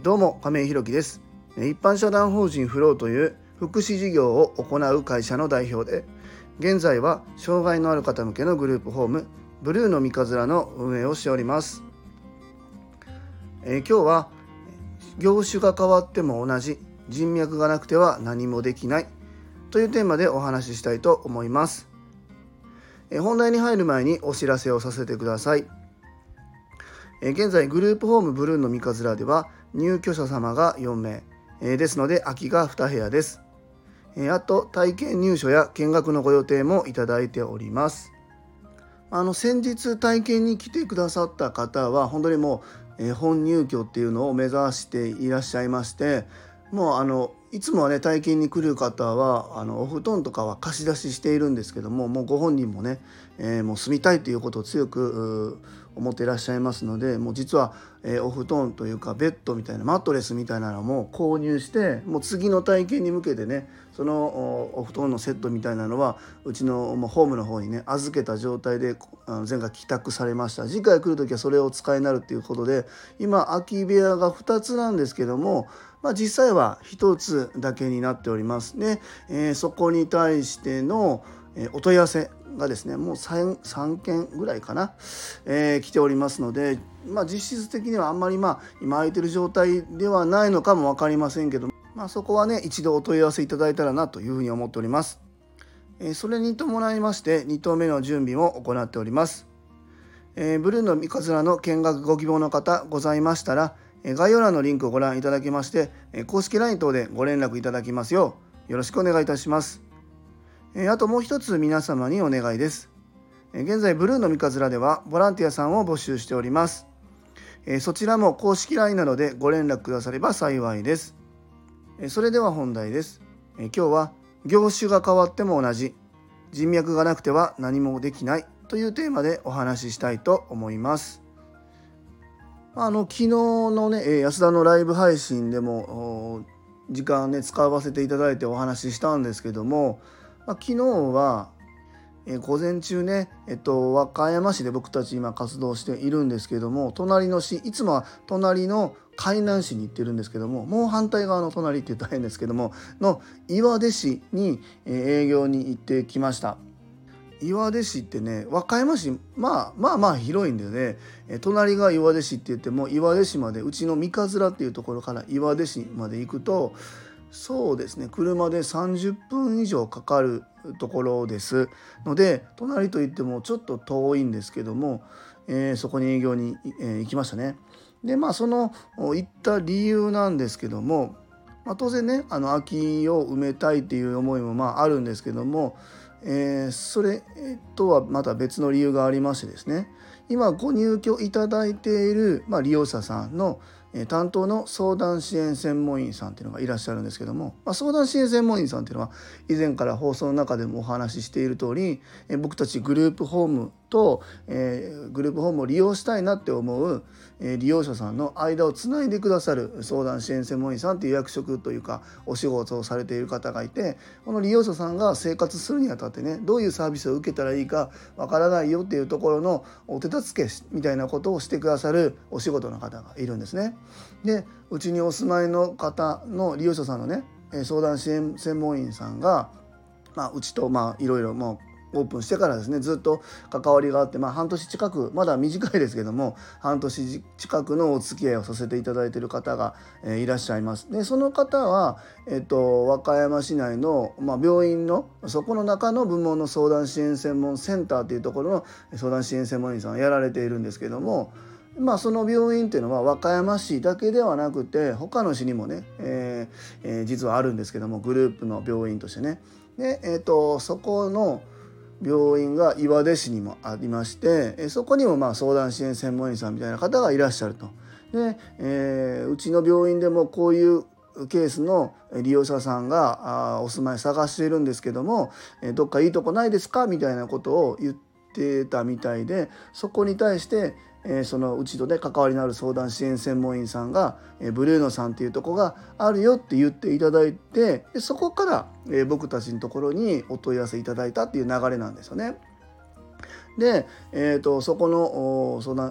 どうも亀井ひろきです。一般社団法人フローという福祉事業を行う会社の代表で、現在は障害のある方向けのグループホームブルーの三日面の運営をしております。今日は業種が変わっても同じ、人脈がなくては何もできないというテーマでお話ししたいと思います。本題に入る前にお知らせをさせてください。現在グループホームブルーの三日面では入居者様が4名ですので、空きが2部屋です。あと体験入所や見学のご予定もいただいております。先日体験に来てくださった方は本当にもう本入居っていうのを目指していらっしゃいまして、もういつもはね体験に来る方はお布団とかは貸し出ししているんですけども、もうご本人もね、もう住みたいということを強く思っていらっしゃいますので、もう実は、お布団というかベッドみたいなマットレスみたいなのも購入して、もう次の体験に向けてね、そのお布団のセットみたいなのはうちのホームの方にね預けた状態で前回帰宅されました。次回来る時はそれをお使いになるっていうことで、今空き部屋が2つなんですけども、実際は1つだけになっておりますね。そこに対してのお問い合わせがですね、もう 3件ぐらいかな、来ておりますので、実質的にはあんまり今空いてる状態ではないのかも分かりませんけど、そこはね一度お問い合わせいただいたらなというふうに思っております。それに伴いまして2棟目の準備を行っております。ブルーの三日面の見学ご希望の方ございましたら、概要欄のリンクをご覧いただきまして、公式 LINE 等でご連絡いただきますようよろしくお願いいたします。あともう一つ皆様にお願いです。現在ブルーの三日面ではボランティアさんを募集しております。そちらも公式 LINE などでご連絡くだされば幸いです。それでは本題です。今日は業種が変わっても同じ、人脈がなくては何もできないというテーマでお話ししたいと思います。昨日のね安田のライブ配信でも時間ね使わせていただいてお話ししたんですけども、昨日は午前中ね、和歌山市で僕たち今活動しているんですけども、隣の市、いつもは隣の海南市に行ってるんですけども、もう反対側の隣って言ったら変ですけどもの岩出市に営業に行ってきました。岩出市ってね、和歌山市まあ広いんでね、隣が岩出市って言っても岩出市まで、うちの三日面っていうところから岩出市まで行くと、そうですね、車で30分以上かかるところですので、隣といってもちょっと遠いんですけども、そこに営業に、行きましたね。でその行った理由なんですけども、当然ね空きを埋めたいっていう思いもあるんですけども、それとはまた別の理由がありましてですね、今ご入居いただいている、利用者さんの担当の相談支援専門員さんっていうのがいらっしゃるんですけども、相談支援専門員さんっていうのは以前から放送の中でもお話ししている通り、僕たちグループホームと、グループホームを利用したいなって思う、利用者さんの間をつないでくださる相談支援専門員さんっていう役職というかお仕事をされている方がいて、この利用者さんが生活するにあたってね、どういうサービスを受けたらいいかわからないよっていうところのお手助けみたいなことをしてくださるお仕事の方がいるんですね。でうちにお住まいの方の利用者さんのね相談支援専門員さんが、うちといろいろオープンしてからですね、ずっと関わりがあって、半年近く、まだ短いですけども半年近くのお付き合いをさせていただいている方が、いらっしゃいます。でその方は、和歌山市内の、病院のそこの中の部門の相談支援専門センターというところの相談支援専門員さんをやられているんですけども、その病院っていうのは和歌山市だけではなくて他の市にもね、実はあるんですけども、グループの病院としてね。で、そこの病院が岩出市にもありまして、そこにも相談支援専門員さんみたいな方がいらっしゃると。で、うちの病院でもこういうケースの利用者さんがお住まい探しているんですけども、どっかいいとこないですかみたいなことを言ってたみたいで、そこに対してそのうちとね関わりのある相談支援専門員さんがブルーノさんっていうとこがあるよって言っていただいて、でそこから僕たちのところにお問い合わせいただいたっていう流れなんですよね。で、そこの相談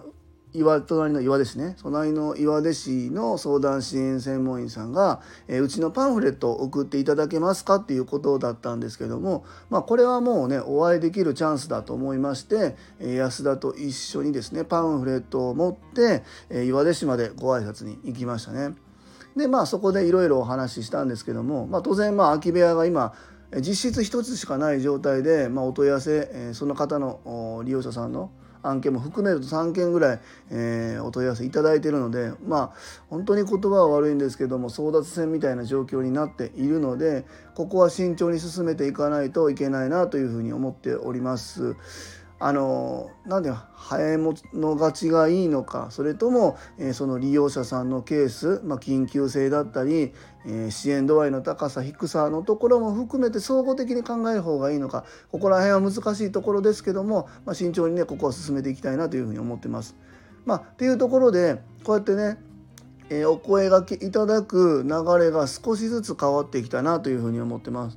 隣の岩出市ね、隣の岩出市の相談支援専門員さんが、うちのパンフレットを送っていただけますかっていうことだったんですけども、これはもうねお会いできるチャンスだと思いまして、安田と一緒にですねパンフレットを持って、岩出市までご挨拶に行きましたね。でそこでいろいろお話ししたんですけども、当然空き部屋が今実質一つしかない状態で、お問い合わせ、その方の利用者さんの案件も含めると3件ぐらい、お問い合わせいただいているので、本当に言葉は悪いんですけども争奪戦みたいな状況になっているので、ここは慎重に進めていかないといけないなというふうに思っております。なんで早い者勝ちがいいのか、それとも、その利用者さんのケース、緊急性だったり、支援度合いの高さ低さのところも含めて総合的に考える方がいいのか、ここら辺は難しいところですけども、慎重にねここは進めていきたいなというふうに思ってます。っていうところでこうやってねお声がけいただく流れが少しずつ変わってきたなというふうに思ってます。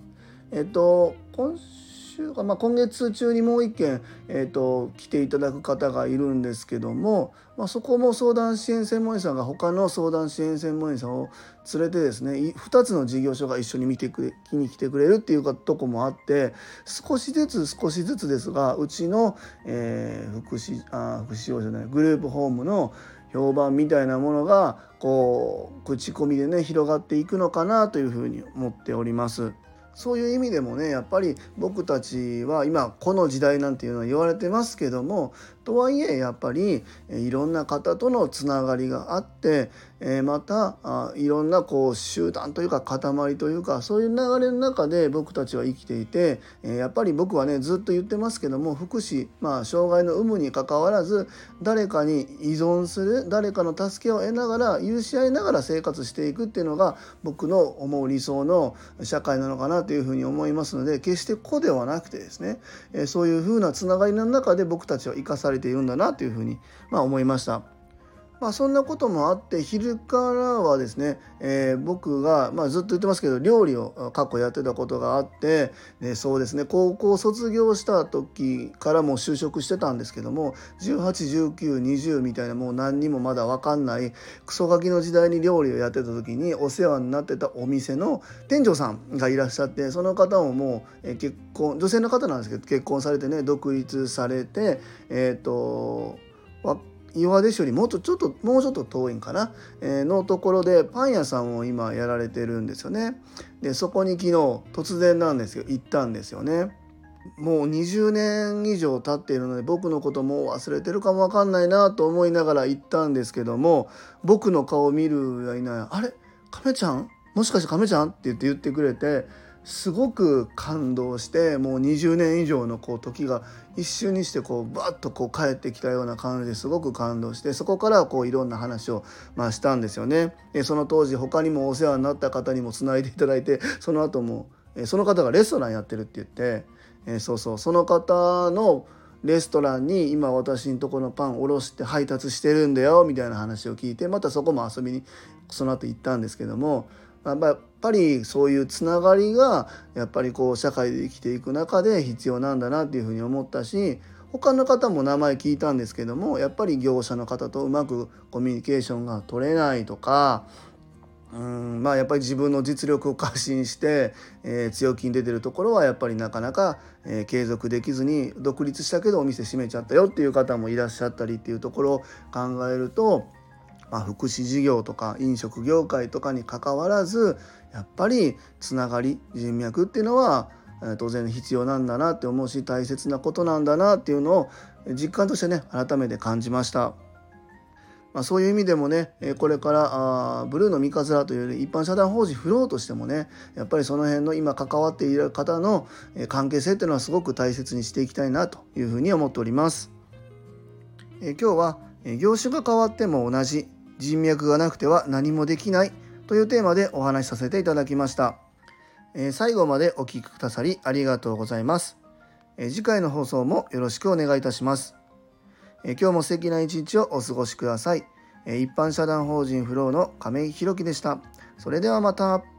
今月中にもう一件、来ていただく方がいるんですけども、そこも相談支援専門員さんが他の相談支援専門員さんを連れてですね2つの事業所が一緒に見に来てくれるっていうとこもあって、少しずつですがうちの、福祉用じゃないグループホームの評判みたいなものが口コミでね広がっていくのかなというふうに思っております。そういう意味でもねやっぱり僕たちは今この時代なんていうのは言われてますけども、とはいえやっぱりいろんな方とのつながりがあって、またいろんな集団というか塊というかそういう流れの中で僕たちは生きていて、やっぱり僕はねずっと言ってますけども、福祉、障害の有無にかかわらず誰かに依存する、誰かの助けを得ながら許し合いながら生活していくっていうのが僕の思う理想の社会なのかなというふうに思いますので、決して個ではなくてですね、そういうふうなつながりの中で僕たちは生かされているんだなというふうに思いました。そんなこともあって昼からはですね、僕が、ずっと言ってますけど料理を過去やってたことがあって、そうですね高校卒業した時からもう就職してたんですけども、18、19、20みたいなもう何にもまだ分かんないクソガキの時代に料理をやってた時にお世話になってたお店の店長さんがいらっしゃって、その方ももう結婚、女性の方なんですけど結婚されてね独立されて岩出市よりもうちょっと遠いんかな、のところでパン屋さんを今やられてるんですよね。でそこに昨日突然なんですよ行ったんですよね。もう20年以上経っているので僕のこともう忘れてるかもわかんないなと思いながら行ったんですけども、僕の顔を見るやいないあれ亀ちゃんもしかして亀ちゃんって言ってくれて、すごく感動して、もう20年以上の時が一瞬にしてバッと帰ってきたような感じですごく感動して、そこからいろんな話をしたんですよね。でその当時他にもお世話になった方にもつないでいただいて、その後もその方がレストランやってるって言って、その方のレストランに今私のところのパンおろして配達してるんだよみたいな話を聞いて、またそこも遊びにその後行ったんですけども、やっぱりそういうつながりがやっぱり社会で生きていく中で必要なんだなっていうふうに思ったし、他の方も名前聞いたんですけども、やっぱり業者の方とうまくコミュニケーションが取れないとか、やっぱり自分の実力を過信して、強気に出てるところはやっぱりなかなか、継続できずに独立したけどお店閉めちゃったよっていう方もいらっしゃったりっていうところを考えると、福祉事業とか飲食業界とかにかかわらずやっぱりつながり人脈っていうのは当然必要なんだなって思うし、大切なことなんだなっていうのを実感としてね改めて感じました。そういう意味でもねこれからブルーの三日面という一般社団法人フローとしてもね、やっぱりその辺の今関わっている方の関係性っていうのはすごく大切にしていきたいなというふうに思っております。今日は業種が変わっても同じ人脈がなくては何もできないというテーマでお話しさせていただきました。最後までお聞きくださりありがとうございます。次回の放送もよろしくお願いいたします。今日も素敵な一日をお過ごしください。一般社団法人フローの亀井宏樹でした。それではまた。